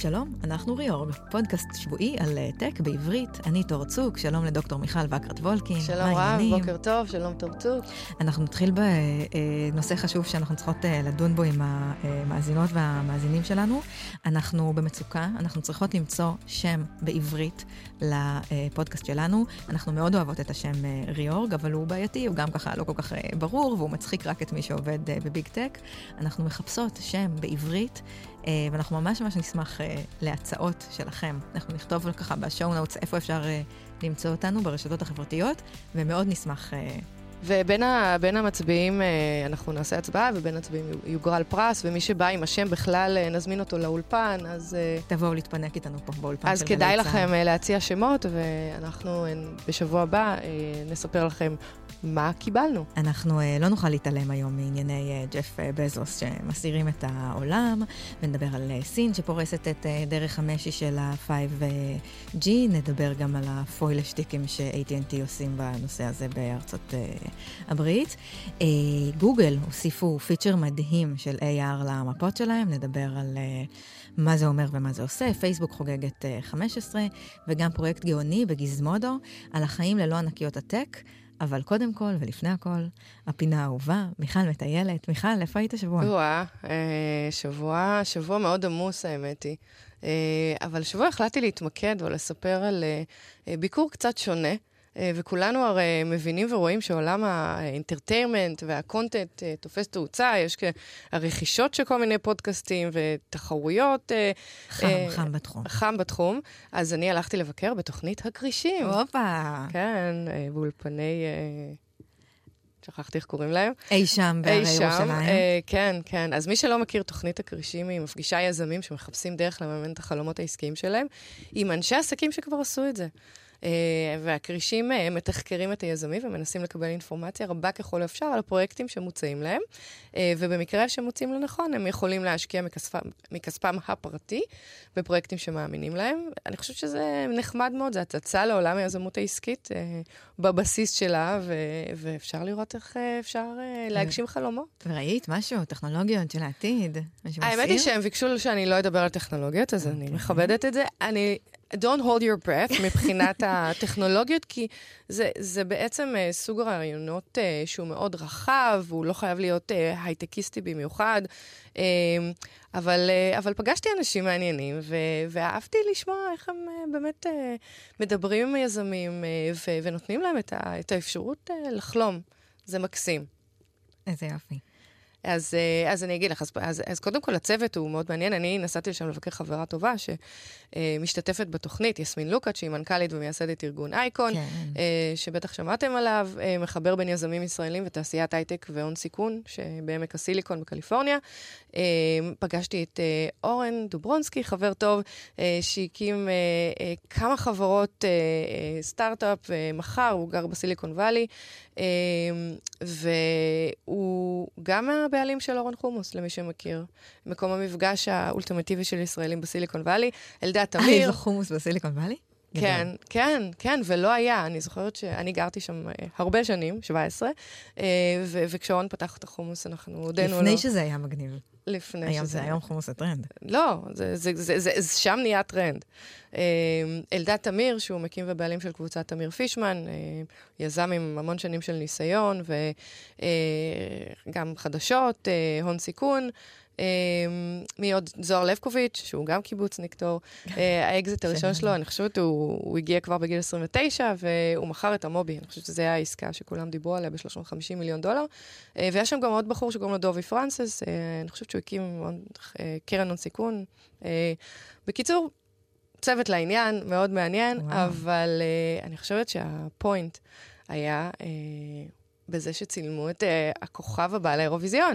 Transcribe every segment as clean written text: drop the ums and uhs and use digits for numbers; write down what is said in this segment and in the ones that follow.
שלום, אנחנו ריאורג, פודקאסט שבועי על טק בעברית. אני תור צוק, שלום לדוקטור מיכל וקרת וולקין. שלום רב, בוקר טוב, שלום תור צוק. אנחנו נתחיל בנושא חשוב שאנחנו צריכות לדון בו עם המאזינות והמאזינים שלנו. אנחנו במצוקה, אנחנו צריכות למצוא שם בעברית לפודקאסט שלנו. אנחנו מאוד אוהבות את השם ריאורג, אבל הוא בעייתי, הוא גם ככה לא כל כך ברור, והוא מצחיק רק את מי שעובד בביג טק. אנחנו מחפשות שם בעברית, ואנחנו ממש נשמח להצעות שלכם. אנחנו נכתוב ככה בשואו נוטס איפה אפשר למצוא אותנו ברשתות החברתיות, ומאוד נשמח. ובין המצביעים אנחנו נעשה הצבעה, ובין המצביעים יוגרל פרס, ומי שבא עם השם בכלל נזמין אותו לאולפן, אז תבואו להתפנק איתנו פה באולפן של אז כדאי לכם להציע שמות, ואנחנו בשבוע הבא נספר לכם מה קיבלנו. אנחנו לא נוכל להתעלם היום מענייני ג'ף בזוס שמסעירים את העולם, ונדבר על סין שפורסת את דרך המשי של ה-5G, נדבר גם על הפוילשטיקים ש-AT&T עושים בנושא הזה בארצות הברית. גוגל הוסיפו פיצ'ר מדהים של AR למפות שלהם, נדבר על מה זה אומר ומה זה עושה. פייסבוק חוגגת 15, וגם פרויקט גאוני בגיזמודו על החיים ללא ענקיות הטק. אבל קודם כל ולפני הכל, הפינה האהובה, מיכל מטיילת. מיכל, איפה היית שבוע? שבוע מאוד עמוס, האמת היא. אבל שבוע החלטתי להתמקד ולספר על ביקור קצת שונה, וכולנו הרי מבינים ורואים שעולם האינטרטיימנט והקונטנט תופס תאוצה, יש הרכישות של כל מיני פודקאסטים ותחרויות. חם בתחום. חם בתחום. אז אני הלכתי לבקר בתוכנית הכרישים. הופה. כן, באולפני שכחתי איך קוראים להם. אי שם בהרי ירושלים. כן. אז מי שלא מכיר תוכנית הכרישים, היא מפגישה יזמים שמחפשים דרך לממן את החלומות העסקיים שלהם, עם אנשי עסקים שכבר עשו את זה. והכרישים מתחקרים את היזמים ומנסים לקבל אינפורמציה רבה ככל האפשר על הפרויקטים שמוצאים להם, ובמקרה שמוצאים לנכון, הם יכולים להשקיע מכספם הפרטי בפרויקטים שמאמינים להם. אני חושבת שזה נחמד מאוד, זה הצצה לעולם היזמות העסקית בבסיס שלה, ואפשר לראות איך אפשר להגשים חלומות. וראית משהו, טכנולוגיות של העתיד? האמת היא שהם ביקשו שאני לא אדבר על טכנולוגיות, אז אני מכבדת את זה. Don't hold your breath מבחינת הטכנולוגיות, כי זה בעצם סוג הרעיונות שהוא מאוד רחב, הוא לא חייב להיות הייטקיסטי במיוחד, אבל פגשתי אנשים מעניינים, ואהבתי לשמוע איך הם באמת מדברים עם היזמים, ונותנים להם את האפשרות לחלום. זה מקסים. איזה יופי. אז אני אגיד לך, אז קודם כל הצוות הוא מאוד מעניין. אני נסעתי לשם לבקר חברה טובה שמשתתפת בתוכנית, יסמין לוקאץ', שהיא מנכ"לית ומייסדת ארגון אייקון, שבטח שמעתם עליו, מחבר בין יזמים ישראלים ותעשיית הייטק והון סיכון, שבעמק הסיליקון בקליפורניה. פגשתי את אורן דוברונסקי, חבר טוב, שהקים כמה חברות סטארט-אפ, מחר, הוא גר בסיליקון ואלי, והוא גם הבעלים של אורן חומוס, למי שמכיר. מקום המפגש האולטימטיבי של ישראלים בסיליקון ואלי. אלדד תמיר. איזה חומוס בסיליקון ואלי? כן, ולא היה. אני זוכרת שאני גרתי שם הרבה שנים, 17, וכשאורן פתח את החומוס, אנחנו הודנו לו. לפני שזה היה מגניב. לפני שזה... היום חומוס הטרנד. לא, שם נהיה טרנד. אלדד תמיר, שהוא מקים ובעלים של קבוצת תמיר פישמן, יזם עם המון שנים של ניסיון, וגם חדשות, הון סיכון, מי עוד? זוהר לבקוביץ', שהוא גם קיבוצניק טוב. האקזיט הראשון שלו, אני חושבת, הוא הגיע כבר בגיל 29, והוא מכר את המובי. אני חושבת שזו הייתה העסקה שכולם דיברו עליה ב$350 מיליון. ויש שם גם עוד בחור שקוראים לו דובי פרנסס, אני חושבת שהוא הקים קרן הון סיכון. בקיצור, צוות לעניין, מאוד מעניין, אבל אני חושבת שהפוינט היה בזה שצילמו את הכוכב הבא לאירוויזיון.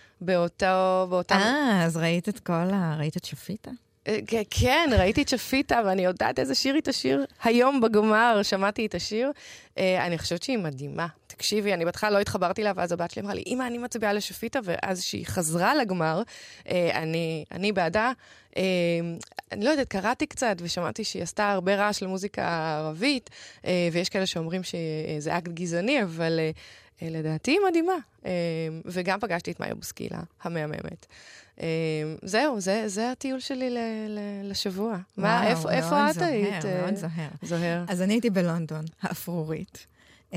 אז ראית ראית את שפיטה? כן, ראיתי את שפיטה, ואני יודעת איזה שיר היא תשיר. היום בגמר שמעתי את השיר. אני חושבת שהיא מדהימה. תקשיבי, אני בהתחלה לא התחברתי לה, ואז הבת שלי אמרה לי, אמא, אני מצביעה לשפיטה, ואז שהיא חזרה לגמר, אני בעדה. אני לא יודעת, קראתי קצת, ושמעתי שהיא עשתה הרבה רעש למוזיקה ערבית, ויש כאלה שאומרים שזה אקט גזעני, אבל לדעתי היא מדהימה. וגם פגשתי את מאיה בוסקילה, המהממת. זהו, זה הטיול שלי לשבוע. מה, איפה את היית? מאוד זוהר. אז אני הייתי בלונדון, האפרורית.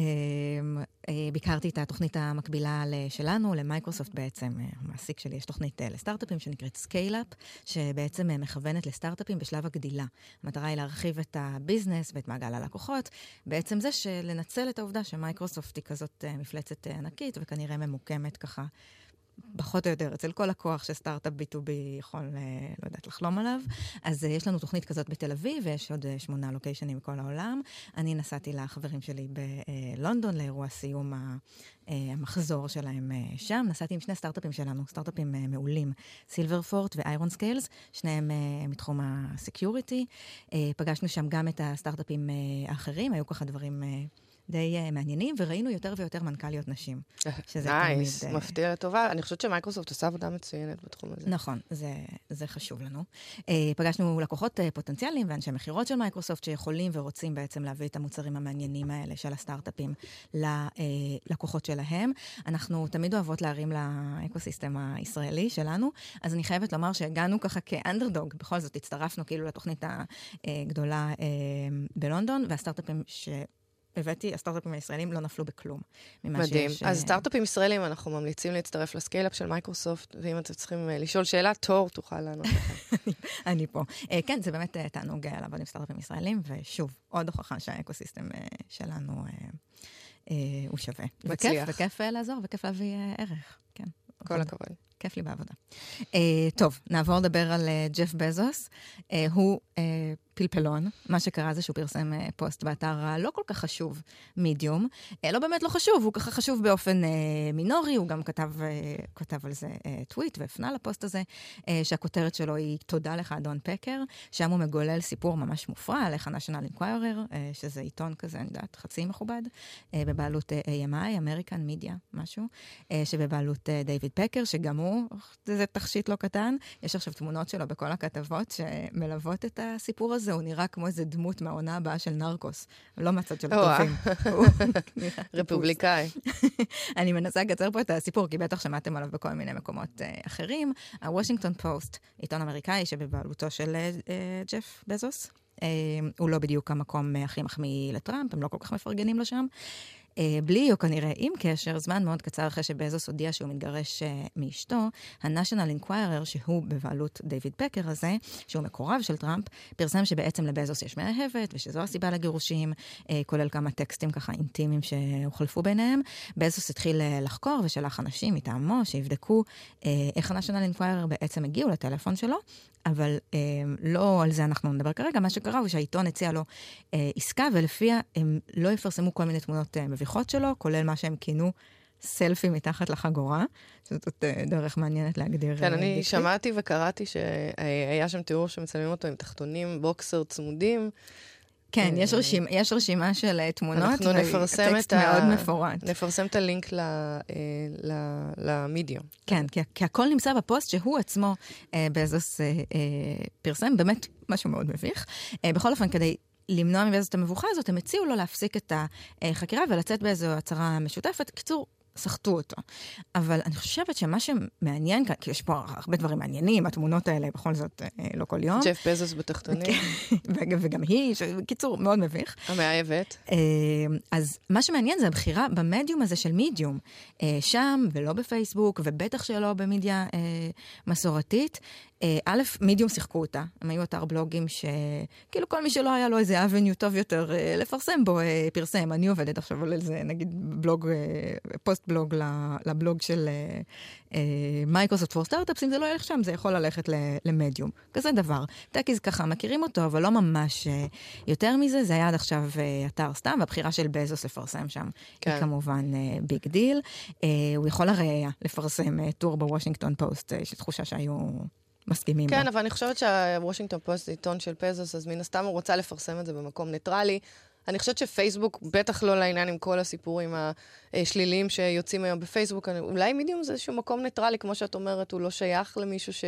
ביקרתי את התוכנית המקבילה שלנו, למייקרוסופט בעצם, המעסיק שלי, יש תוכנית לסטארט-אפים שנקראת סקייל-אפ, שבעצם מכוונת לסטארט-אפים בשלב הגדילה. המטרה היא להרחיב את הביזנס ואת מעגל הלקוחות, בעצם זה שלנצל את העובדה שמייקרוסופט היא כזאת מפלצת ענקית, וכנראה ממוקמת ככה, פחות או יותר, אצל כל הכוח שסטארט-אפ B2B יכול, לא יודעת, לחלום עליו. אז יש לנו תוכנית כזאת בתל אביב, ויש עוד 8 לוקיישנים בכל העולם. אני נסעתי לחברים שלי בלונדון, לאירוע סיום המחזור שלהם שם. נסעתי עם 2 סטארט-אפים שלנו, סטארט-אפים מעולים, סילברפורט ואיירון סקיילס, שניהם מתחום הסקיוריטי. פגשנו שם גם את הסטארט-אפים האחרים, היו ככה דברים די מעניינים, וראינו יותר ויותר מנכ"ליות נשים. שזה נייס, מפתיע לטובה. אני חושבת שמייקרוסופט עושה עבודה מצוינת בתחום הזה. נכון, זה חשוב לנו. פגשנו לקוחות פוטנציאליים ואנשי מחירות של מייקרוסופט שיכולים ורוצים בעצם להביא את המוצרים המעניינים האלה של הסטארט-אפים ללקוחות שלהם. אנחנו תמיד אוהבות להרים לאקוסיסטם הישראלי שלנו, אז אני חייבת לומר שהגענו ככה כאנדרדוג, בכל זאת הצטרפנו כאילו לתוכנית הגדולה בלונדון, והסטארט-אפים הבאתי, הסטארט-אפים הישראלים לא נפלו בכלום. מדהים. אז סטארט-אפים ישראלים, אנחנו ממליצים להצטרף לסקייל-אפ של מייקרוסופט, ואם אתם צריכים לשאול שאלה, תור תוכל לענות לכם. אני פה. כן, זה באמת תענוג לעבוד עם סטארט-אפים ישראלים, ושוב, עוד הוכחה שהאקוסיסטם שלנו הוא שווה. מצליח. וכיף לעזור, וכיף להביא ערך. כן. כל הכבוד. כיף לי בעבודה. טוב, נעבור לדבר על ג'ף בזוס. הוא פלפלון. מה שקרה זה שהוא פרסם פוסט באתר הלא כל כך חשוב, מידיום. לא באמת לא חשוב, הוא ככה חשוב באופן מינורי, הוא גם כתב על זה טוויט והפנה לפוסט הזה, שהכותרת שלו היא תודה לך אדון פקר, שם הוא מגולל סיפור ממש מופרע על איך ה-National Enquirer, שזה עיתון כזה, אני יודעת, חצי מכובד, בבעלות AMI, American Media, משהו, שבבעלות דיוויד פקר, שגם הוא, זה תכשיט לא קטן, יש עכשיו תמונות שלו בכל הכתבות שמלוות את הסיפור הזה, הוא נראה כמו איזה דמות מהעונה הבאה של נרקוס, לא מהצד של הטובים. רפובליקאי. אני מנסה לקצר פה את הסיפור, כי בטח שמעתם עליו בכל מיני מקומות אחרים. הוושינגטון פוסט, עיתון אמריקאי שבבעלותו של ג'ף בזוס, הוא לא בדיוק המקום הכי מחמיא לטראמפ, הם לא כל כך מפרגנים לו שם. בלי או כנראה עם קשר, זמן מאוד קצר אחרי שבזוס הודיע שהוא מתגרש מאשתו, ה-National Enquirer, שהוא בבעלות דיוויד פקר הזה, שהוא מקורב של טראמפ, פרסם שבעצם לבזוס יש מאהבת, ושזו הסיבה לגירושים, כולל כמה טקסטים ככה אינטימיים שהוחלפו ביניהם. בזוס התחיל לחקור ושלח אנשים מטעמו שיבדקו איך ה-National Enquirer בעצם הגיעו לטלפון שלו, אבל לא על זה אנחנו נדבר כרגע. מה שקרה הוא שהעיתון הציע לו עסקה, ולפיה הם לא יפרסמו כל מיני תמונות מביכות שלו, כולל מה שהם כינו סלפי מתחת לחגורה. זאת דרך מעניינת להגדיר. כן, אני שמעתי וקראתי שהיה שם תיאור שמצלמים אותו עם תחתונים, בוקסר צמודים. כן, יש רשימה של תמונות, אנחנו נפרסם טקסט מאוד מפורט. נפרסם את הלינק למדיום. כן, כי הכל נמצא בפוסט שהוא עצמו בזוס פרסם, באמת משהו מאוד מביך. בכל אופן, כדי למנוע מבזוס את המבוכה הזאת, הם הציעו לו להפסיק את החקירה ולצאת באיזו הצהרה משותפת. קיצור, סחטו אותו. אבל אני חושבת שמה שמעניין, כי יש פה הרבה דברים מעניינים, התמונות האלה בכל זאת לא כל יום. ג'ף בזוס בתחתונים. וגם היא, קיצור, מאוד מביך. המאהבת. אז מה שמעניין זה הבחירה במדיום הזה של מידיום. שם ולא בפייסבוק, ובטח שלא במדיה מסורתית. א', מידיום שיחקו אותה. הם היו אתר בלוגים שכאילו כל מי שלא היה לו איזה אבניו טוב יותר לפרסם בו, פרסם. אני עובדת עכשיו על איזה, נגיד, בלוג, פוסט בלוג לבלוג של מייקרוסופט פור סטארט-אפס, אם זה לא ילך שם, זה יכול ללכת למדיום. כזה דבר. טקיז ככה, מכירים אותו, אבל לא ממש יותר מזה. זה היה עד עכשיו אתר סתם, והבחירה של בזוס לפרסם שם היא כמובן ביג דיל. הוא יכול הרי היה לפרסם טור בוושינגטון פוסט, יש תחושה שהיו מסכימים. כן, אבל אני חושבת שהוושינגטון פוסט זה עיתון של בזוס, אז מן הסתם הוא רוצה לפרסם את זה במקום ניטרלי. אני חושבת שפייסבוק בטח לא לעניין עם כל הסיפורים השליליים שיוצאים היום בפייסבוק. אולי מידיום זה איזשהו מקום ניטרלי, כמו שאת אומרת, הוא לא שייך למישהו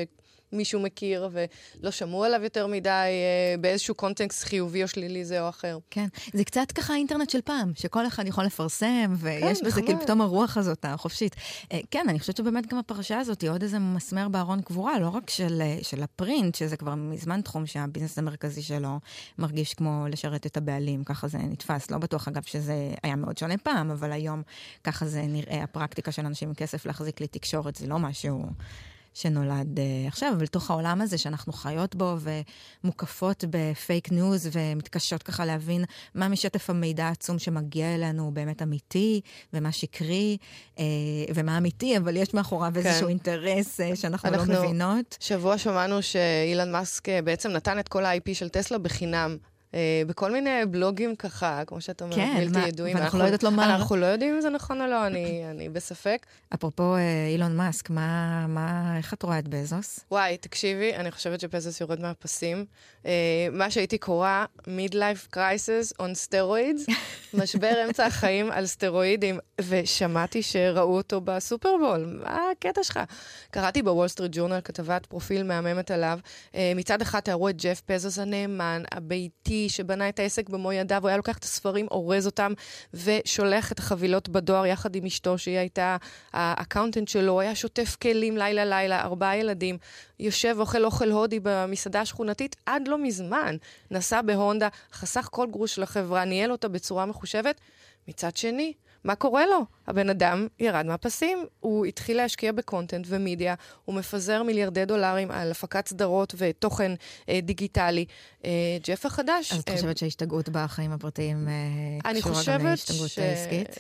מישהו מכיר, ולא שמעו עליו יותר מדי באיזשהו קונטקסט חיובי או שלילי זה או אחר. כן, זה קצת ככה האינטרנט של פעם, שכל אחד יכול לפרסם, ויש בזה כאילו פתאום הרוח הזאת, החופשית. כן, אני חושבת שבאמת גם הפרשה הזאת היא עוד איזה מסמר בארון קבורה, לא רק של הפרינט, שזה כבר מזמן תחום שהביזנס המרכזי שלו מרגיש כמו לשרת את הבעלים, ככה זה נתפס. לא בטוח אגב שזה היה מאוד שונה פעם, אבל היום ככה זה נראה הפרקטיקה של אנשים עם כסף להחזיק לי תקשורת, זה לא משהו שנולד עכשיו, אבל לתוך העולם הזה שאנחנו חיות בו ומוקפות בפייק ניוז ומתקשות ככה להבין מה משטף המידע העצום שמגיע אלינו הוא באמת אמיתי ומה שקרי ומה אמיתי, אבל יש מאחוריו איזשהו אינטרס שאנחנו לא מבינות. שבוע שמענו שאילון מאסק בעצם נתן את כל ה-IP של טסלה בחינם. בכל מיני בלוגים ככה, כמו שאתה אומרת, בלתי ידועים. ואנחנו לא יודעת לומר. אנחנו לא יודעים אם זה נכון או לא, אני בספק. אפרופו אילון מאסק, איך את רואה את בזוס? וואי, תקשיבי, אני חושבת שבזוס יורד מהפסים. מה שהייתי קורא, Midlife Crisis on Steroids, משבר אמצע החיים על סטרואידים, ושמעתי שראו אותו בסופרבול. מה הקטע שלך? קראתי בוול סטריט ג'ורנל כתבת פרופיל מהממת עליו. מצד אחד תארו את ג'ף בזוס הנאמן, הביתי, שבנה את העסק במו ידיו, הוא היה לוקח את הספרים, אורז אותם, ושולח את החבילות בדואר יחד עם אשתו, שהיא הייתה האקאונטנט שלו, הוא היה שוטף כלים לילה, 4 ילדים, יושב אוכל הודי במסעדה השכונתית, עד לא מזמן, נסע בהונדה, חסך כל גרוש של החברה, ניהל אותה בצורה מחושבת. מצד שני, מה קורה לו? הבן אדם ירד מהפסים, הוא התחיל להשקיע בקונטנט ומידיה, הוא מפזר מיליארדי דולרים על הפקת סדרות ותוכן דיגיטלי. ג'ף החדש... אז את חושבת שההשתגעות בחיים הפרטיים קשורה גם להשתגעות עסקית?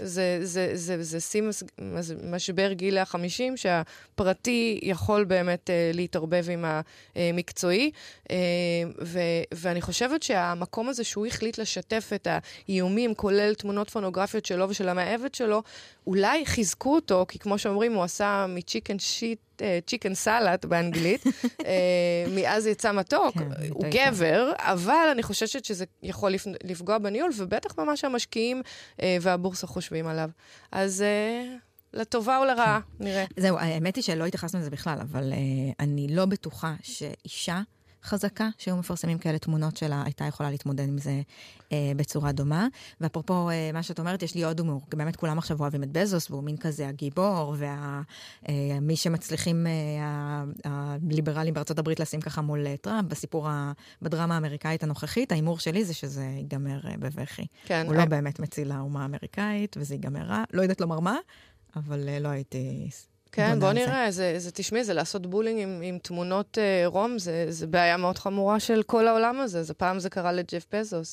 זה שיא משבר גיל ה-50, שהפרטי יכול באמת להתערבב עם המקצועי, ואני חושבת שהמקום הזה שהוא החליט לשתף את האיומים, כולל תמונות פונוגרפיות שלו ושל המאהבת שלו, אולי חיזקו אותו, כי כמו שאומרים, הוא עשה מצ'יקן שיט, צ'יקן סלט באנגלית, מאז יצא מתוק, הוא גבר, אבל אני חוששת שזה יכול לפגוע בניהול, ובטח במה שהמשקיעים והבורסה חושבים עליו. אז לטובה או לרעה, נראה. זהו, האמת היא שלא התייחסנו לזה בכלל, אבל אני לא בטוחה שאישה חזקה, שהיו מפרסמים כאלה תמונות שלה, הייתה יכולה להתמודד עם זה בצורה דומה. ואפרופו מה שאת אומרת, יש לי עוד הומור. באמת כולם עכשיו אוהבים את בזוס, והוא מין כזה הגיבור, ומי שמצליחים הליברלים בארצות הברית לשים ככה מול טראמפ, בדרמה האמריקאית הנוכחית, ההימור שלי זה שזה ייגמר בבכי. כן, הוא לא באמת מציל האומה האמריקאית, וזה ייגמר רע. לא יודעת לומר מה, אבל לא הייתי... כן, בוא נראה, תשמעי, זה לעשות בולינג עם תמונות רום, זה בעיה מאוד חמורה של כל העולם הזה. זה פעם זה קרה לג'ף בזוס.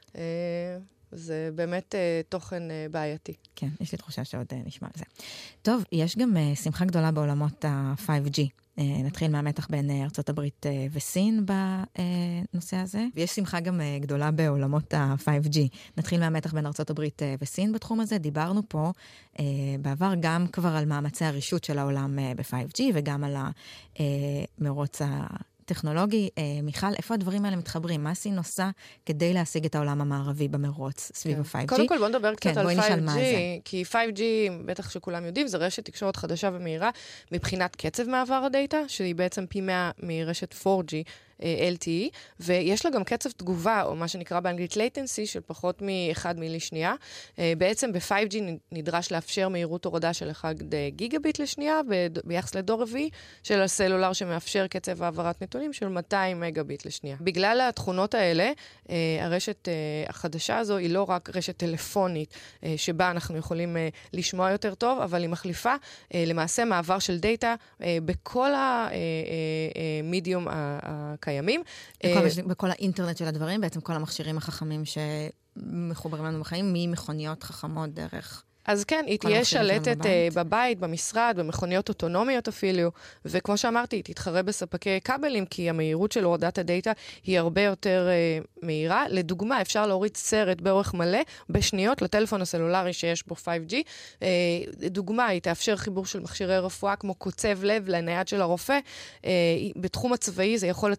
זה באמת תוכן בעייתי. כן, יש לי תחושה שעוד נשמע על זה. טוב, יש גם שמחה גדולה בעולמות ה-5G. נתחיל מהמתח בין ארצות הברית וסין בנושא הזה. ויש שמחה גם גדולה בעולמות ה-5G. נתחיל מהמתח בין ארצות הברית וסין בתחום הזה. דיברנו פה בעבר גם כבר על מאמצי הרישות של העולם ב-5G, וגם על המרוץ טכנולוגי. מיכל, איפה הדברים האלה מתחברים? מה סין עושה כדי להשיג את העולם המערבי במרוץ סביב ה-5G? קודם כל, בוא נדבר קצת על 5G, כי 5G, בטח שכולם יודעים, זה רשת תקשורת חדשה ומהירה, מבחינת קצב מעבר הדאטה, שהיא בעצם פי 100 מרשת 4G, LTE, ויש לה גם קצב תגובה, או מה שנקרא באנגלית latency, של פחות מ-1 מילי שנייה. בעצם ב-5G נדרש לאפשר מהירות הורדה של 1 גיגביט לשנייה, ביחס לדור רביעי של הסלולר שמאפשר קצב העברת נתונים של 200 מגביט לשנייה. בגלל התכונות האלה, הרשת החדשה הזו היא לא רק רשת טלפונית, שבה אנחנו יכולים לשמוע יותר טוב, אבל היא מחליפה למעשה מעבר של דאטה בכל המדיום הקיימים. בכל האינטרנט של הדברים, בעצם כל המכשירים החכמים שמחוברים לנו בחיים, ממכוניות חכמות דרך... אז כן, היא תהיה שלטת בבית, במשרד, במכוניות אוטונומיות אפילו, וכמו שאמרתי, היא תתחרה בספקי כבלים, כי המהירות של הורדת הדאטה היא הרבה יותר מהירה. לדוגמה, אפשר להוריד סרט באורך מלא בשניות לטלפון הסלולרי שיש בו 5G. דוגמה, היא תאפשר חיבור של מכשירי רפואה כמו קוצב לב לנייד של הרופא. בתחום הצבאי זה יכול לתת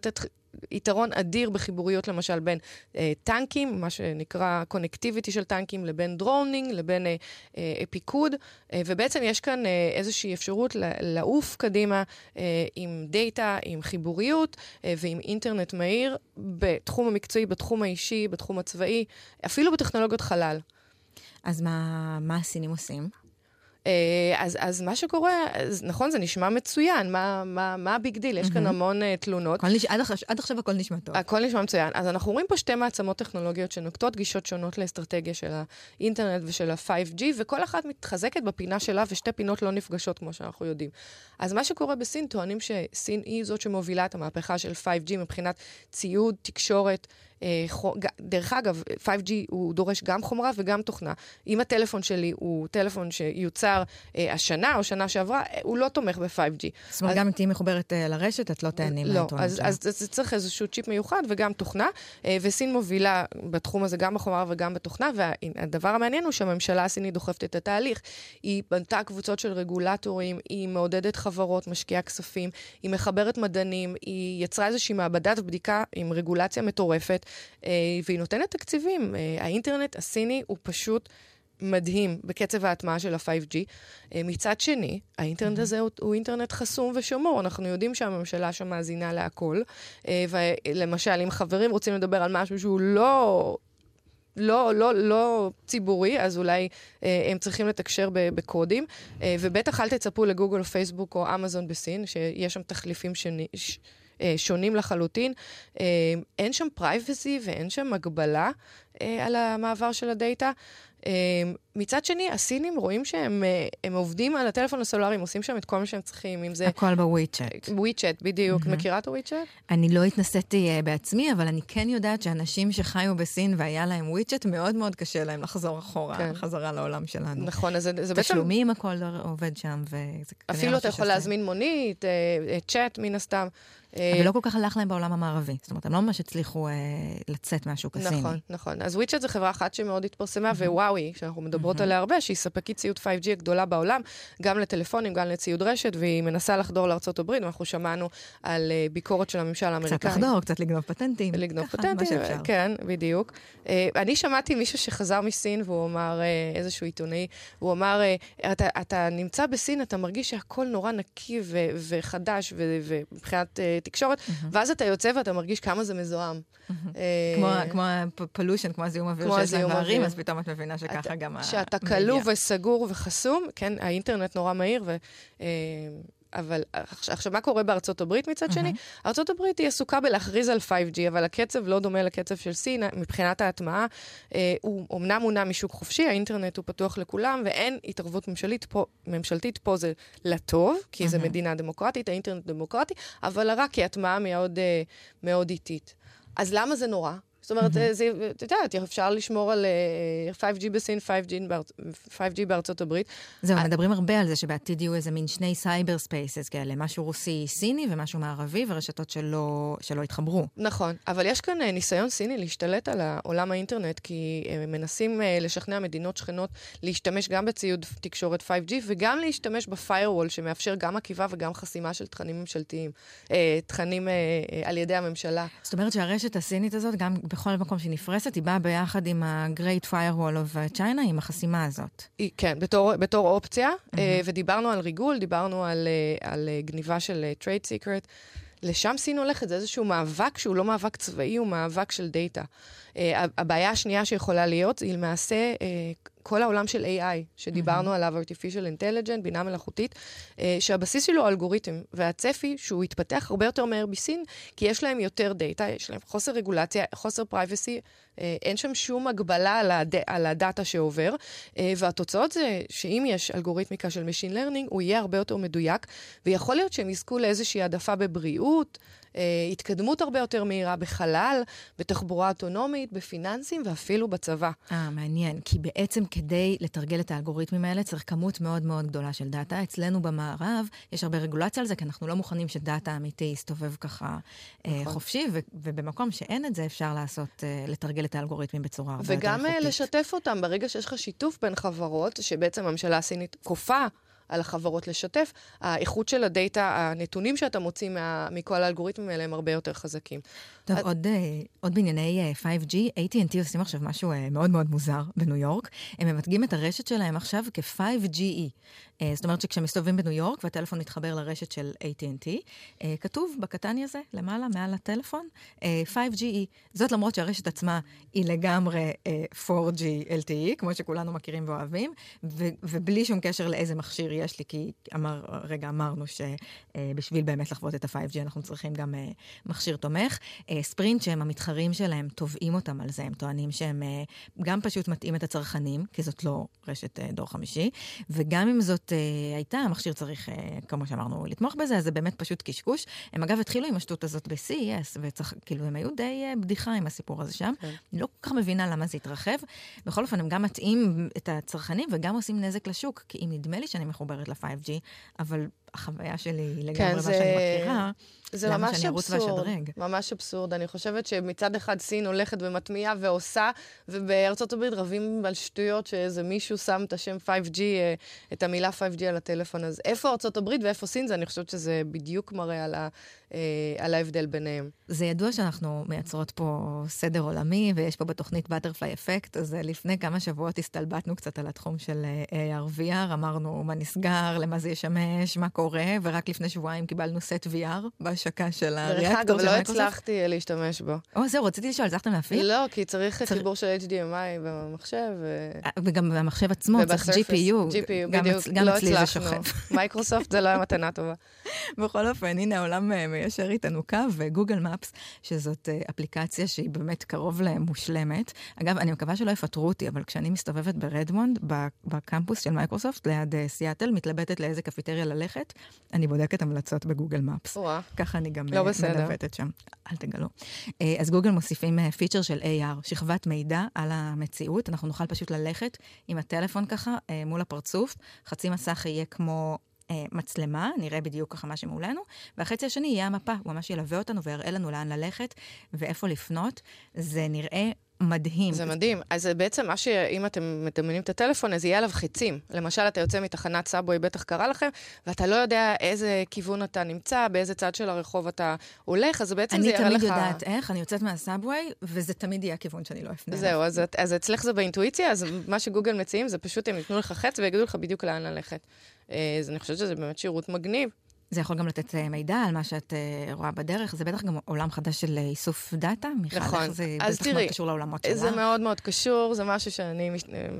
יתרון אדיר בחיבוריות, למשל, בין טנקים, מה שנקרא קונקטיביטי של טנקים, לבין דרונינג, לבין פיקוד, ובעצם יש כאן איזושהי אפשרות לעוף קדימה עם דאטה, עם חיבוריות ועם אינטרנט מהיר, בתחום המקצועי, בתחום האישי, בתחום הצבאי, אפילו בטכנולוגיות חלל. אז מה הסינים עושים? אז מה שקורה, נכון, זה נשמע מצוין, מה הביג דיל? יש כאן המון תלונות. עד עכשיו הכל נשמע טוב. הכל נשמע מצוין. אז אנחנו רואים פה שתי מעצמות טכנולוגיות שנוקטות גישות שונות לאסטרטגיה של האינטרנט ושל ה-5G, וכל אחת מתחזקת בפינה שלה, ושתי פינות לא נפגשות, כמו שאנחנו יודעים. אז מה שקורה בסין, טוענים שסין היא זאת שמובילה את המהפכה של 5G מבחינת ציוד, תקשורת, דרך אגב, 5G הוא דורש גם חומרה וגם תוכנה. אם הטלפון שלי הוא טלפון שיוצר השנה או שנה שעברה, הוא לא תומך ב-5G. זאת אומרת, גם אם תהי מחוברת לרשת, את לא תהנים מהיתרונות שלה. לא, אז זה צריך איזשהו צ'יפ מיוחד וגם תוכנה, וסין מובילה בתחום הזה גם בחומרה וגם בתוכנה, והדבר המעניין הוא שהממשלה הסינית דוחפת את התהליך. היא בנתה קבוצות של רגולטורים, היא מעודדת חברות, משקיעה כספים, היא מחברת מדענים, היא יצרה איזושהי מעבדת בדיקה עם רגולציה מטורפת, והיא נותנת תקציבים. האינטרנט הסיני הוא פשוט מדהים בקצב ההטמעה של ה-5G. מצד שני, האינטרנט הזה הוא אינטרנט חסום ושומור. אנחנו יודעים שהממשלה שם מאזינה להכל, ולמשל, אם חברים רוצים לדבר על משהו שהוא לא ציבורי, אז אולי הם צריכים לתקשר בקודים, ובטח אל תצפו לגוגל או פייסבוק או אמזון בסין, שיש שם תחליפים שונים לחלוטין. אין שם פרייבסי ואין שם הגבלה על המעבר של הדאטה. מצד שני, הסינים רואים שהם עובדים על הטלפון הסלולרי, הם עושים שם את כל מה שהם צריכים, אם זה... הכל בוויצ'אט. וויצ'אט, בדיוק. מכירה את הוויצ'אט? אני לא התנסיתי בעצמי, אבל אני כן יודעת שאנשים שחיו בסין והיה להם וויצ'אט, מאוד מאוד קשה להם לחזור אחורה, חזרה לעולם שלנו. נכון, אז זה בעצם... תשלומים, הכל עובד שם, אפילו אתה יכול להזמין מונית, צ'אט מן הסתם. אבל לא כל כך הלך להם בעולם המערבי. זאת אומרת, הם לא ממש הצליחו לצאת מהשוק הסיני. נכון, נכון. אז וויצ'אט זה חברה אחת שמאוד התפרסמה, ווואוי, שאנחנו מדברות עליה הרבה, שהיא ספקית ציוד 5G הגדולה בעולם, גם לטלפונים, גם לציוד רשת, והיא מנסה לחדור לארצות הברית, ואנחנו שמענו על ביקורת של הממשל האמריקאי. קצת לחדור, קצת לגנוב פטנטים. לגנוב פטנטים, כן, בדיוק. אני שמעתי מישהו שחזר מסין, והוא אמר, איזשהו עיתונאי, הוא אמר, אתה נמצא בסין, אתה מרגיש שהכל נורא נקי וחדש, ומבחינת תקשורת, ואז אתה יוצא ואתה מרגיש כמה זה מזוהם. כמו הפולושן, כמו הזיהום אוויר שיש להם בערים, אז פתאום את מבינה שככה גם שאתה כלוא וסגור וחסום, כן, האינטרנט נורא מהיר, אבל עכשיו, מה קורה בארצות הברית מצד שני? ארצות הברית היא עסוקה בלהכריז על 5G, אבל הקצב לא דומה לקצב של סין, מבחינת ההטמעה, הוא אמנם מונע משוק חופשי, האינטרנט הוא פתוח לכולם, ואין התערבות ממשלתית פה זה לטוב, כי זה מדינה דמוקרטית, האינטרנט דמוקרטי, אבל הרע כי ההטמעה מאוד איטית. אז למה זה נורא? זאת אומרת, אתה יודעת, אפשר לשמור על 5G בסין, 5G בארצות הברית. זהו, מדברים הרבה על זה שבעתיד יהיו איזה מין שני סייבר ספייסס כאלה, משהו רוסי-סיני ומשהו מערבי, ורשתות שלא התחברו. נכון, אבל יש כאן ניסיון סיני להשתלט על עולם האינטרנט, כי הם מנסים לשכנע מדינות שכנות להשתמש גם בציוד תקשורת 5G, וגם להשתמש בפיירוול, שמאפשר גם עקיבה וגם חסימה של תכנים ממשלתיים, תכנים על ידי הממשלה. זאת אומרת שהרשת הסינית הזאת, גם בכל מקום שהיא נפרסת, היא באה ביחד עם ה-Great Firewall of China, עם החסימה הזאת. כן, בתור אופציה, ודיברנו על ריגול, דיברנו על גניבה של Trade Secret. לשם סין הולכת, זה איזשהו מאבק שהוא לא מאבק צבאי, הוא מאבק של דאטה. הבעיה השנייה שיכולה להיות, היא למעשה כל העולם של AI, שדיברנו עליו, Artificial Intelligence, בינה מלאכותית, שהבסיס שלו הוא אלגוריתם, והצפי שהוא יתפתח הרבה יותר מהר בסין, כי יש להם יותר דאטה, יש להם חוסר רגולציה, חוסר פרייבסי, אין שם שום הגבלה על הדאטה שעובר, והתוצאות זה שאם יש אלגוריתמיקה של Machine Learning, הוא יהיה הרבה יותר מדויק, ויכול להיות שהם יזכו לאיזושהי העדפה בבריאות, התקדמות הרבה יותר מהירה בחלל, בתחבורה אוטונומית, בפיננסים ואפילו בצבא. מעניין, כי בעצם כדי לתרגל את האלגוריתמים האלה צריך כמות מאוד מאוד גדולה של דאטה. אצלנו במערב יש הרבה רגולציה על זה, כי אנחנו לא מוכנים שדאטה אמיתי יסתובב ככה חופשי, ובמקום שאין את זה אפשר לעשות, לתרגל את האלגוריתמים בצורה הרבה יותר וגם איכותית. לשתף אותם, ברגע שיש לך שיתוף בין חברות, שבעצם הממשלה הסינית כופה על החברות לשתף, האיכות של הדאטה, הנתונים שאתה מוציא מכל האלגוריתמים האלה הם הרבה יותר חזקים. טוב, עוד בענייני 5G, AT&T עושים עכשיו משהו מאוד מאוד מוזר בניו יורק. הם ממתגים את הרשת שלהם עכשיו כ-5GE. זאת אומרת שכשמסתובבים בניו יורק והטלפון מתחבר לרשת של AT&T, כתוב בקטני הזה, למעלה, מעל הטלפון, 5GE. זאת למרות שהרשת עצמה היא לגמרי 4G LTE, כמו שכולנו מכירים ואוהבים, ובלי שום קשר לאיזה מכשיר יש לי, כי אמרנו שבשביל באמת לחוות את ה-5G אנחנו צריכים גם מכשיר תומך. ספרינט שהם המתחרים שלהם, תובעים אותם על זה, הם טוענים שהם גם פשוט מתאים את הצרכנים, כי זאת לא רשת דור חמישי, וגם אם זאת הייתה, המכשיר צריך, כמו שאמרנו, לתמוך בזה, אז זה באמת פשוט קשקוש. הם אגב התחילו עם השטות הזאת ב-CES, וכאילו הם היו די בדיחה עם הסיפור הזה שם. אני לא כל כך מבינה למה זה התרחב. בכל אופן, הם גם מתאים את הצרכנים, וגם עושים נזק לשוק, כי אם נדמה לי שאני מחוברת ל-5G, אבל החוויה שלי היא לגמרי מה שאני מכירה, זה ממש אבסורד, ממש אבסורד. אני חושבת שמצד אחד סין הולכת ומטמיעה ועושה, ובארצות הברית רבים על שטויות שאיזה מישהו שם את השם 5G, את המילה 5G על הטלפון. אז איפה ארצות הברית ואיפה סין זה? אני חושבת שזה בדיוק מראה על ההבדל ביניהם. זה ידוע שאנחנו מייצרות פה סדר עולמי, ויש פה בתוכנית Butterfly Effect, אז לפני כמה שבועות הסתלבטנו קצת על התחום של AR/VR, אמרנו מה נסגר, למה זה ישמש, מה קורה, ורק לפני שבועיים קיבלנו סט VR בהשקה של הריאקטור של מייקרוסופט. לא מייקרוסופט. הצלחתי להשתמש בו. זהו, רציתי לשאול, הצלחתם להפעיל? לא, כי צריך חיבור של HDMI במחשב. וגם במחשב עצמו, צריך GPU. גם אצלי זה שוכב. מייקרוסופט זה לא היה מתנה טובה. בכל אופן, הנה העולם מיישר איתנו קו, וגוגל מפס, שזאת אפליקציה שהיא באמת קרוב למושלמת. אגב, אני מקווה שלא יפטרו אותי, אבל כשאני מסתובבת ברדמונד, בקמפוס של מייקרוסופט, ליד סיאטל, מתלבטת לאיזה קפיטריה ללכת, אני בודקת המלצות בגוגל מפס. ככה אני גם מדוותת שם. אל תגלו. אז גוגל מוסיפים פיצ'ר של AR, שכבת מידע על המציאות. אנחנו נוכל פשוט ללכת עם הטלפון ככה מול הפרצוף. חצי מסך יהיה כמו מצלמה, נראה בדיוק ככה מה שמולנו, והחצי השני יהיה המפה, הוא ממש ילווה אותנו ויראה לנו לאן ללכת ואיפה לפנות. זה נראה מדהים. זה מדהים. אז בעצם מה שאם אתם מדמיינים את הטלפון, אז יהיה עליו חיצים. למשל, אתה יוצא מתחנת סאבווי, בטח קרה לכם, ואתה לא יודע איזה כיוון אתה נמצא, באיזה צד של הרחוב אתה הולך, אז בעצם זה יראה לך... אני תמיד יודעת איך, אני יוצאת מהסאבווי, וזה תמיד יהיה הכיוון שאני לא אפנה. זהו, אז אצלך זה באינטואיציה, אז מה שגוגל מציעים זה פשוט הם ייתנו לך חץ ויגידו לך בדיוק לאן ללכת. אז אני חושבת שזה באמת שירות מגניב. זה יכול גם לתת מידע על מה שאת רואה בדרך. זה בטח גם עולם חדש של איסוף דאטה. נכון. זה בטח מאוד קשור לעולמות שלה. זה מאוד מאוד קשור, זה משהו שאני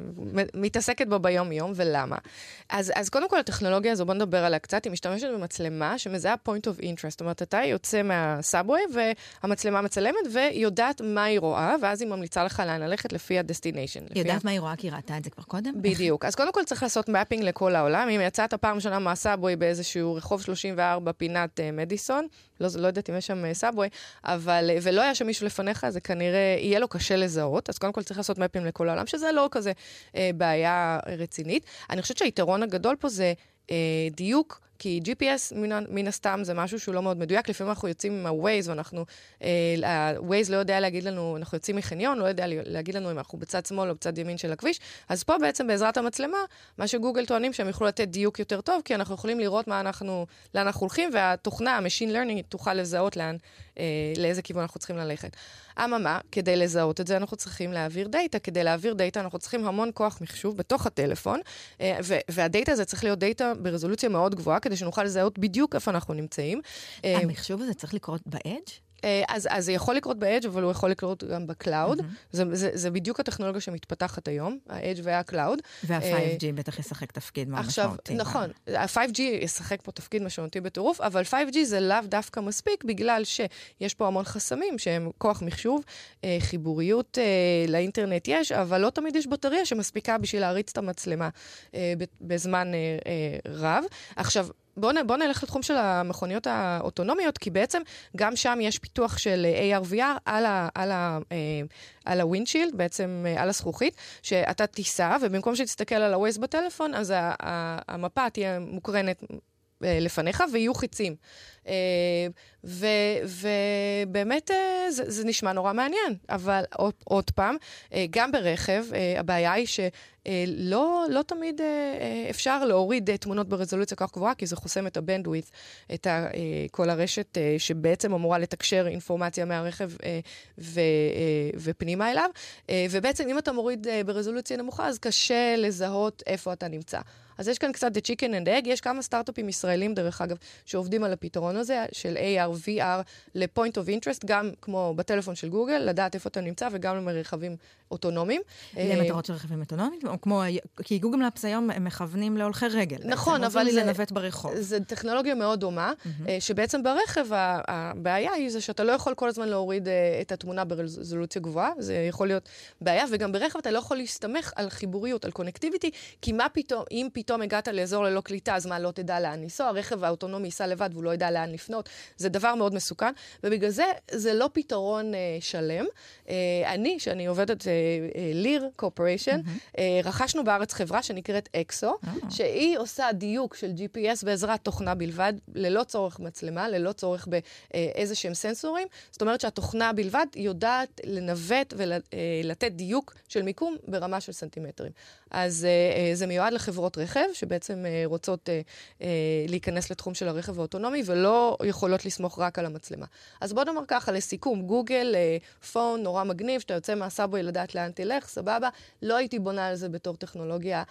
מתעסקת בו ביום-יום, ולמה? אז קודם כל, הטכנולוגיה הזו, בוא נדבר עליה קצת, היא משתמשת במצלמה שמזהה point of interest. זאת אומרת, אתה יוצא מהסאבווי, והמצלמה מצלמת, ויודעת מה היא רואה, ואז היא ממליצה לך לאן ללכת לפי הדסטיניישן. היא יודעת מה היא רואה, כי היא ראתה את זה כבר קודם? בדיוק. אז קודם כל צריך לעשות מאפינג לכל העולם. אם יצאת פעם ראשונה מהסאבווי באיזשהו רחוב 34 פינת מדיסון, לא יודעת אם יש שם סאבווי, ולא היה שם מישהו לפניך, זה כנראה יהיה לו קשה לזהות, אז קודם כל צריך לעשות מאפים לכל העולם, שזה לא כזה בעיה רצינית. אני חושבת שהיתרון הגדול פה זה דיוק, כי GPS מן הסתם זה משהו שהוא לא מאוד מדויק, לפעמים אנחנו יוצאים עם ה-Waze, ואנחנו, ה-Waze לא יודע להגיד לנו, אנחנו יוצאים מחניון, לא יודע להגיד לנו אם אנחנו בצד שמאל או בצד ימין של הכביש, אז פה בעצם בעזרת המצלמה, מה שגוגל טוענים שהם יוכלו לתת דיוק יותר טוב, כי אנחנו יכולים לראות לאן אנחנו הולכים, והתוכנה, ה-Machine Learning, תוכל לזהות לאיזה כיוון אנחנו צריכים ללכת. אממה, כדי לזהות את זה, אנחנו צריכים להעביר דאטה. כדי להעביר דאטה, אנחנו צריכים המון כוח מחשוב בתוך הטלפון, והדאטה הזה צריך להיות דאטה ברזולוציה מאוד גבוהה, כדי שנוכל לזהות בדיוק איפה אנחנו נמצאים. המחשוב הזה צריך לקרות באדג'? אז זה יכול לקרות ב-Edge, אבל הוא יכול לקרות גם בקלאוד. זה בדיוק הטכנולוגיה שמתפתחת היום, ה-Edge וה-Cloud. וה-5G בטח ישחק תפקיד מאוד משמעותי. נכון, ה-5G ישחק פה תפקיד משמעותי בטירוף, אבל 5G זה לאו דווקא מספיק, בגלל שיש פה המון חסמים שהם כוח מחשוב, חיבוריות לאינטרנט יש, אבל לא תמיד יש בטריה שמספיקה בשביל להריץ את המצלמה בזמן רב. עכשיו, בוא נלך לתחום של המכוניות האוטונומיות, כי בעצם גם שם יש פיתוח של AR/VR על הווינדשילד, בעצם על הזכוכית, שאתה תיסע, ובמקום שתסתכל על ה-Waze בטלפון, אז המפה תהיה מוקרנת לפניך, ויהיו חיצים. ובאמת זה נשמע נורא מעניין, אבל עוד פעם, גם ברכב, הבעיה היא שלא תמיד אפשר להוריד תמונות ברזולוציה כך גבוהה, כי זה חוסם את הבנדווית', את כל הרשת שבעצם אמורה לתקשר אינפורמציה מהרכב ופנימה אליו, ובעצם אם אתה מוריד ברזולוציה נמוכה, אז קשה לזהות איפה אתה נמצא. אז יש כאן קצת the chicken and egg, יש כמה סטארט-אפים ישראלים, דרך אגב, שעובדים על הפתרון הזה, של AR, VR, ל-point of interest, גם כמו בטלפון של גוגל, לדעת איפה אתה נמצא, וגם למרחבים אוטונומיים. למטרות של רכבים אוטונומיים, כי גוגל מאפס היום הם מכוונים להולכי רגל. נכון, אבל זה לנווט ברחוב. זה טכנולוגיה מאוד דומה, שבעצם ברכב הבעיה היא זה שאתה לא יכול כל הזמן להוריד את התמונה ברזולוציה גבוהה, זה יכול להיות בעיה, וגם ברכב אתה לא יכול להסתמך על חיבוריות, על קונקטיביטי, כי מה פתאום, אם פתאום הגעת לאזור ללא קליטה, אז מה, לא תדע לאן לנסוע, הרכב האוטונומי ייסע לבד והוא לא ידע לאן לפנות, זה דבר מאוד מסוכן, ובגלל זה לא פתרון שלם. שאני עובדת ליר קורפוריישן, רכשנו בארץ חברה שנקראת אקסו, שהיא עושה דיוק של GPS בעזרת תוכנה בלבד, ללא צורך מצלמה, ללא צורך באיזה שהם סנסורים, זאת אומרת שהתוכנה בלבד יודעת לנווט ולתת דיוק של מיקום ברמה של סנטימטרים. אז זה מיועד לחברות רכב, שבעצם רוצות להיכנס לתחום של הרכב האוטונומי, ולא יכולות לסמוך רק על המצלמה. אז בוא נאמר ככה, לסיכום, גוגל, פון, נורא מגניב, שאתה יוצא מהסאבווי לדעת לאן תלך, סבבה, לא הייתי בונה על זה בתור טכנולוגיה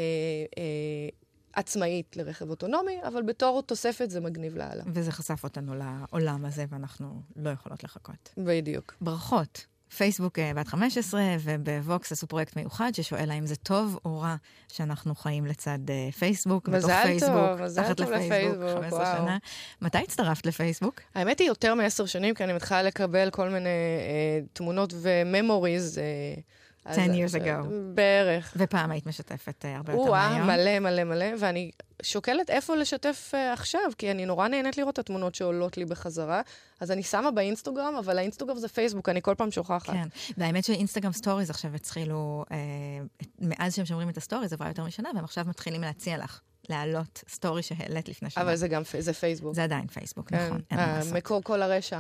עצמאית לרכב אוטונומי, אבל בתור תוספת זה מגניב להעלה. וזה חשף אותנו לעולם הזה, ואנחנו לא יכולות לחכות. בדיוק. ברכות. פייסבוק בת 15, ובווקס עשו פרויקט מיוחד ששואל האם זה טוב או רע שאנחנו חיים לצד פייסבוק, בתוך פייסבוק, תחת לפייסבוק, 15 שנה. מתי הצטרפת לפייסבוק? האמת היא יותר מ10 שנים, כי אני מתחילה לקבל כל מיני תמונות וממוריז 10 years ago. בערך. ופעם היית משתפת הרבה יותר מהיום. מלא, מלא, מלא, ואני שוקלת איפה לשתף עכשיו, כי אני נורא נהנית לראות את התמונות שעולות לי בחזרה, אז אני שמה באינסטגרם, אבל האינסטגרם זה פייסבוק, אני כל פעם שוכחת. כן, והאמת שאינסטגרם סטוריז עכשיו התחילו, מאז שהם שומרים את הסטוריז, עברה יותר משנה, והם עכשיו מתחילים להציע לך. להעלות סטורי שהעלית לפני שנה. אבל זה פייסבוק. זה עדיין פייסבוק, נכון. מקור כל הרשע.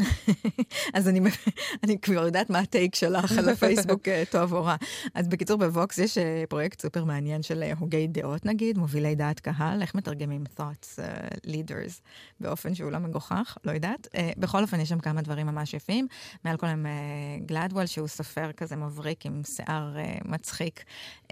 אז אני כבר יודעת מה הטייק שלך על הפייסבוק טוב או רע. אז בקיצור, בווקס יש פרויקט סופר מעניין של הוגי דעות, נגיד, מובילי דעת קהל, איך מתרגמים thoughts leaders באופן שהוא לא מגוחך, לא יודעת. בכל אופן, יש שם כמה דברים ממש יפים. מעל כל הם גלדוול, שהוא סופר כזה מבריק עם שיער מצחיק,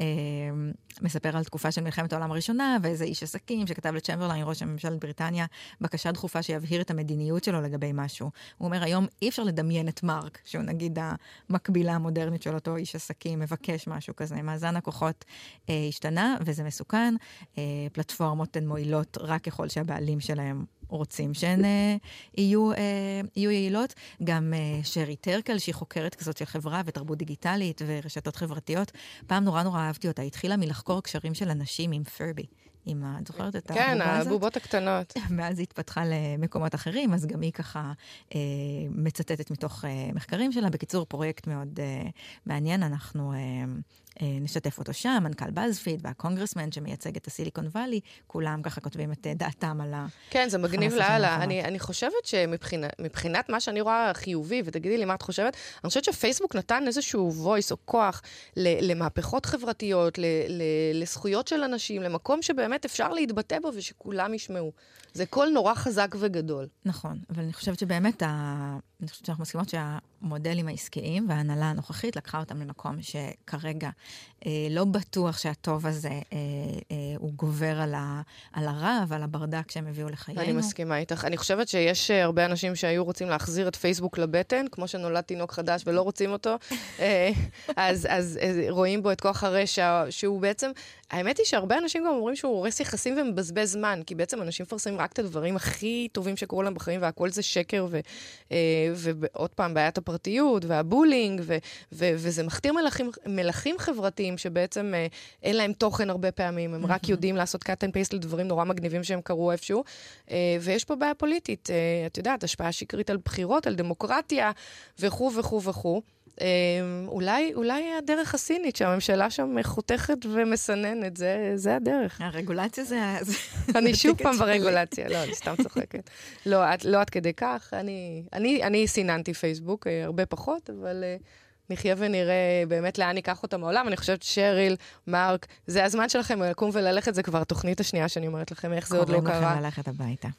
מספר על תקופה של מלחמת העולם הראשונה, ואיזה איש עסקים שכתב לצ'מברליין, ראש הממשלת בריטניה, בקשה דחופה שיבהיר את המדיניות שלו לגבי משהו. הוא אומר, היום אי אפשר לדמיין את מרק, שהוא נגיד המקבילה המודרנית של אותו איש עסקים, מבקש משהו כזה. מאזן הכוחות השתנה, וזה מסוכן. פלטפורמות הן מועילות רק ככל שהבעלים שלהם רוצים שהן יהיו יעילות. גם שרי טרקל, שהיא חוקרת כזאת של חברה ותרבות דיגיטלית ורשתות חברתיות, פעם נורא אהבתי אותה. התחילה מלחקור קשרים של אנשים עם פרבי. את זוכרת את הבובה הזאת? כן, הבובות הקטנות. מאז היא התפתחה למקומות אחרים, אז גם היא ככה מצטטת מתוך מחקרים שלה. בקיצור, פרויקט מאוד מעניין, אנחנו נשתף אותו שם, מנכ"ל בזפיד והקונגרסמן שמייצג את הסיליקון ואלי, כולם ככה כותבים את דעתם על כן, זה מגניב להלאה. אני חושבת שמבחינת מה שאני רואה חיובי, ותגידי לי מה את חושבת, אני חושבת שפייסבוק נתן איזשהו voice או כוח למהפכות חברתיות, לזכויות של אנשים, למקום שבאמת אפשר להתבטא בו ושכולם ישמעו. זה קול נורא חזק וגדול. נכון, אבל אני חושבת שבאמת, אני חושבת שאנחנו מסכימות שהמודלים העסקיים וההנהלה הנוכחית לקחה אותם למקום שכרגע לא בטוח שהטוב הזה הוא גובר על הרע ועל הברדק שהם הביאו לחיינו. אני מסכימה איתך. אני חושבת שיש הרבה אנשים שהיו רוצים להחזיר את פייסבוק לבטן, כמו שנולד תינוק חדש ולא רוצים אותו, אז רואים בו את כוח הרשע, שהוא בעצם, האמת היא שהרבה אנשים גם אומרים שהוא הורס יחסים ומבזבז זמן, כי בעצם אנשים מפרסמים רק את הדברים הכי טובים שקורו להם בחיים, והכל זה שקר, ועוד פעם, בעיית הפרטיות, והבולינג, וזה מכתיר מלכים חברתיים, שבעצם אין להם תוכן הרבה פעמים, הם רק יודעים לעשות cut and paste לדברים נורא מגניבים שהם קרו איפשהו, ויש פה בעיה פוליטית, את יודעת, השפעה שקרית על בחירות, על דמוקרטיה, וכו' וכו' וכו'. אולי הדרך הסינית, שהממשלה שם חותכת ומסננת, זה הדרך. הרגולציה זה... אני שוב פעם ברגולציה, לא, אני סתם צוחקת. לא עד כדי כך, אני סיננתי פייסבוק, הרבה פחות, אבל נחיה ונראה באמת לאן ניקח אותם מעולם. אני חושבת שריל, מרק, זה הזמן שלכם לקום וללכת, זה כבר התוכנית השנייה שאני אומרת לכם, איך זה עוד לא קרה. קוראים לכם ללכת הביתה.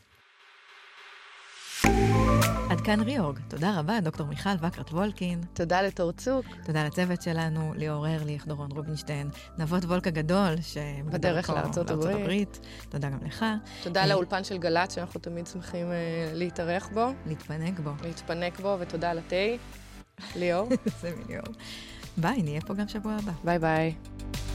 עד כאן ריאורג. תודה רבה, דוקטור מיכל וקרת וולקין. תודה לתור צוק. תודה לצוות שלנו, ליאור ארליך, דורון רובינשטיין, נבות וולק הגדול, בדרך לארצות הברית. תודה גם לך. תודה לאולפן של גל"צ, שאנחנו תמיד שמחים להתארח בו. להתפנק בו, ותודה לתה. ליאור. זה מליאור. ביי, נהיה פה גם שבוע הבא. ביי ביי.